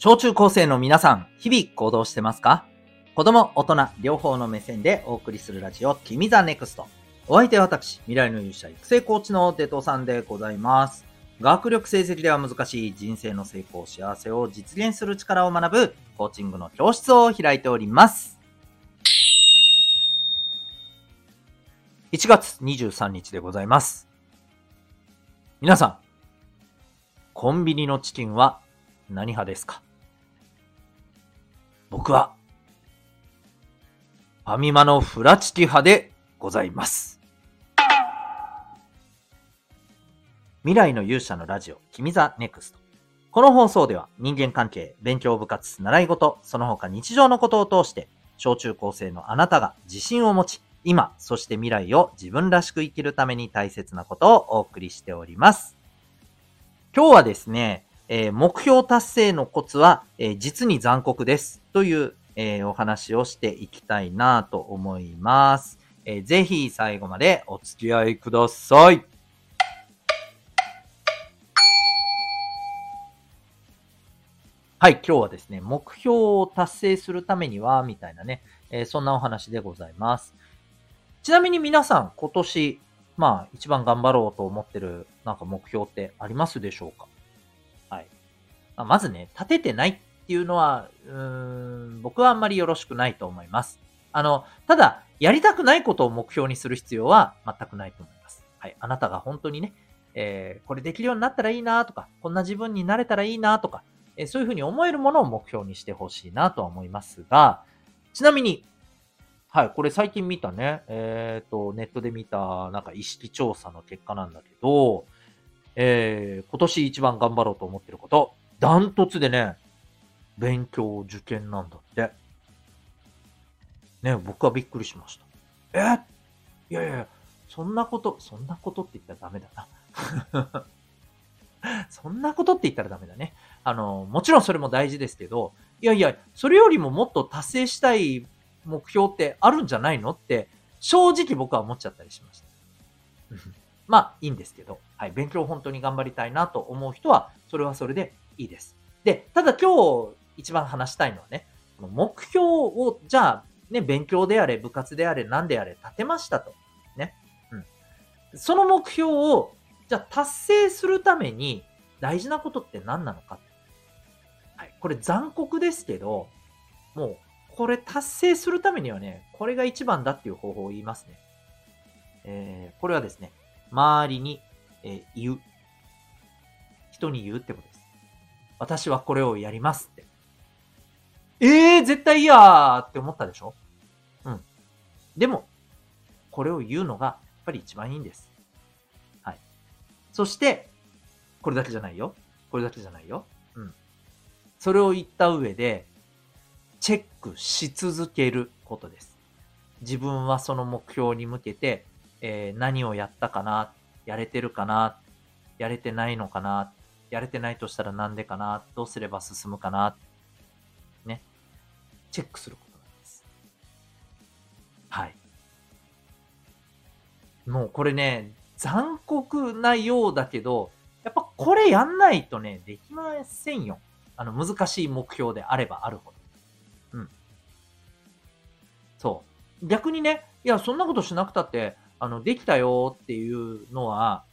小中高生の皆さん、日々行動してますか？子供、大人、両方の目線でお送りするラジオ、君ザネクスト。お相手は私、未来の勇者育成コーチのデトさんでございます。学力成績では難しい人生の成功、幸せを実現する力を学ぶコーチングの教室を開いております。1月23日でございます。皆さん、コンビニのチキンは何派ですか？僕はファミマのフラチキ派でございます。未来の勇者のラジオ、君ザネクスト。この放送では人間関係、勉強部活、習い事、その他日常のことを通して、小中高生のあなたが自信を持ち、今、そして未来を自分らしく生きるために大切なことをお送りしております。今日はですね、目標達成のコツは、実に残酷ですという、お話をしていきたいなと思います。ぜひ最後までお付き合いください。はい、今日はですね、目標を達成するためには、みたいなね、そんなお話でございます。ちなみに皆さん、今年、一番頑張ろうと思ってる、目標ってありますでしょうか？はい。まずね、立ててないっていうのは、僕はあんまりよろしくないと思います。ただ、やりたくないことを目標にする必要は全くないと思います。はい。あなたが本当にね、これできるようになったらいいなとか、こんな自分になれたらいいなとか、そういうふうに思えるものを目標にしてほしいなとは思いますが、ちなみに、はい、これ最近見たね、ネットで見た、意識調査の結果なんだけど、今年一番頑張ろうと思ってること、ダントツでね、勉強、受験なんだって。ね、僕はびっくりしました。いやいやいや、そんなことって言ったらダメだな。そんなことって言ったらダメだね。もちろんそれも大事ですけど、いやいや、それよりももっと達成したい目標ってあるんじゃないのって、正直僕は思っちゃったりしました。いいんですけど、はい、勉強を本当に頑張りたいなと思う人は、それはそれでいいです。で、ただ今日一番話したいのはね、この目標を、じゃあ、ね、勉強であれ、部活であれ、何であれ、立てましたと。ね。うん。その目標を、じゃあ達成するために大事なことって何なのか。はい。これ残酷ですけど、もう、これ達成するためにはね、これが一番だっていう方法を言いますね。これはですね、周りに、言う。人に言うってことです。私はこれをやりますって。絶対嫌ーって思ったでしょ？うん。でも、これを言うのが、やっぱり一番いいんです。はい。そして、これだけじゃないよ。これだけじゃないよ。うん。それを言った上で、チェックし続けることです。自分はその目標に向けて、何をやったかな、やれてるかな、やれてないのかな、やれてないとしたらなんでかな、どうすれば進むかな、ね、チェックすることなんです。はい。もうこれね、残酷なようだけど、やっぱこれやんないとね、できませんよ。難しい目標であればあるほど。うん。そう。逆にね、いや、そんなことしなくたって、できたよっていうのは、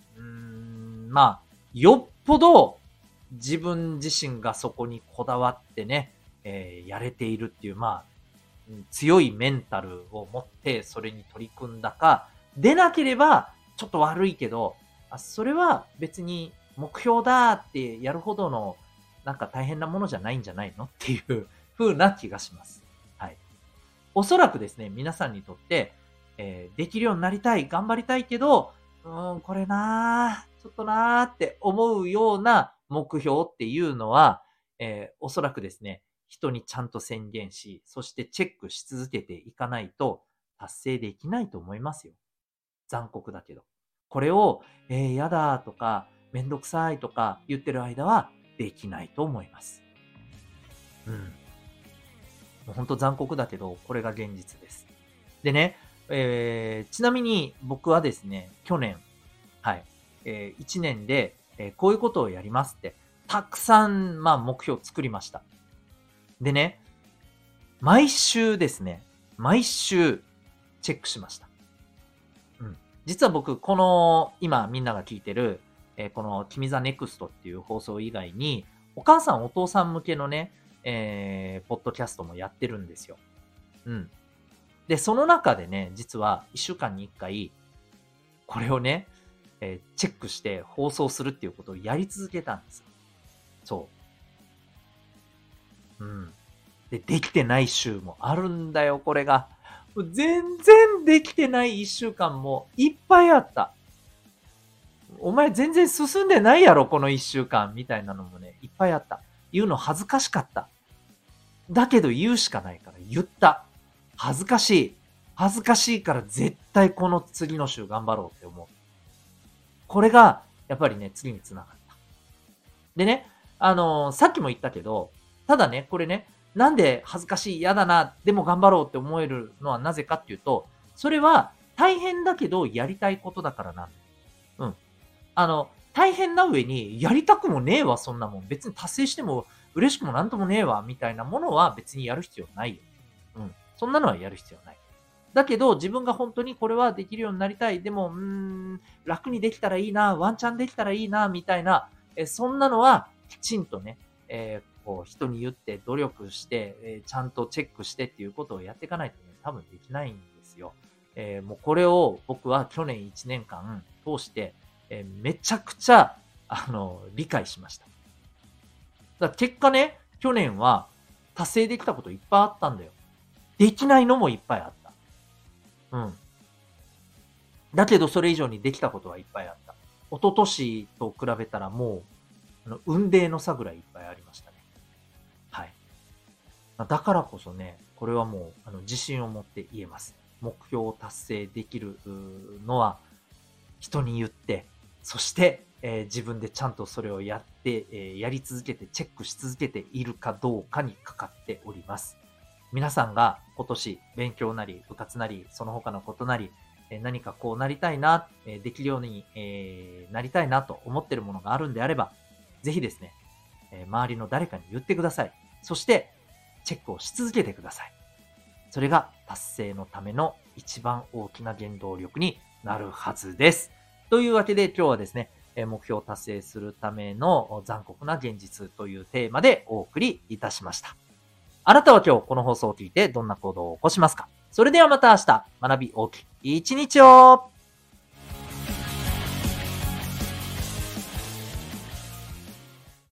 よっぽど自分自身がそこにこだわってね、やれているっていう、強いメンタルを持ってそれに取り組んだか、でなければちょっと悪いけど、それは別に目標だってやるほどの大変なものじゃないんじゃないのっていう風な気がします。はい。おそらくですね、皆さんにとって、できるようになりたい、頑張りたいけど、これなー、ちょっとなーって思うような目標っていうのは、おそらくですね、人にちゃんと宣言し、そしてチェックし続けていかないと達成できないと思いますよ。残酷だけど。これを、やだとか、めんどくさいとか言ってる間はできないと思います。うん。もうほんと残酷だけど、これが現実です。でね、ちなみに僕はですね、去年、はい、1年で、こういうことをやりますって、たくさん、目標を作りました。 でね、毎週ですね、毎週チェックしました。うん。実は僕、この、今みんなが聞いてる、この君ザネクストっていう放送以外に、お母さんお父さん向けのね、ポッドキャストもやってるんですよ。うん。で、その中でね、実は1週間に1回、これをね、チェックして放送するっていうことをやり続けたんです。そう。うん。で、できてない週もあるんだよ、これが。もう全然できてない1週間もいっぱいあった。お前全然進んでないやろ、この1週間。みたいなのもね、いっぱいあった。言うの恥ずかしかった。だけど言うしかないから言った。恥ずかしい。恥ずかしいから絶対この次の週頑張ろうって思う。これが、やっぱりね、次に繋がった。でね、さっきも言ったけど、ただね、これね、なんで恥ずかしい、嫌だな、でも頑張ろうって思えるのはなぜかっていうと、それは大変だけどやりたいことだからなんだよ。うん。大変な上に、やりたくもねえわ、そんなもん。別に達成しても嬉しくもなんともねえわ、みたいなものは別にやる必要ないよ。うん。そんなのはやる必要ない。だけど、自分が本当にこれはできるようになりたい。でも、楽にできたらいいな、ワンチャンできたらいいな、みたいな、そんなのはきちんとね、こう人に言って努力して、ちゃんとチェックしてっていうことをやっていかないとね、多分できないんですよ。もうこれを僕は去年1年間通して、めちゃくちゃ、理解しました。だから結果ね、去年は達成できたこといっぱいあったんだよ。できないのもいっぱいあった。うん。だけどそれ以上にできたことはいっぱいあった。一昨年と比べたらもう、雲泥の差ぐらいいっぱいありましたね。はい。だからこそね、これはもう、自信を持って言えます。目標を達成できるのは、人に言って、そして、自分でちゃんとそれをやって、やり続けて、チェックし続けているかどうかにかかっております。皆さんが今年勉強なり、部活なり、その他のことなり、何かこうなりたいな、できるように、なりたいなと思っているものがあるんであれば、ぜひですね、周りの誰かに言ってください。そして、チェックをし続けてください。それが達成のための一番大きな原動力になるはずです。というわけで今日はですね、目標を達成するための残酷な現実というテーマでお送りいたしました。あなたは今日この放送を聞いてどんな行動を起こしますか？それではまた明日、学び大きい一日を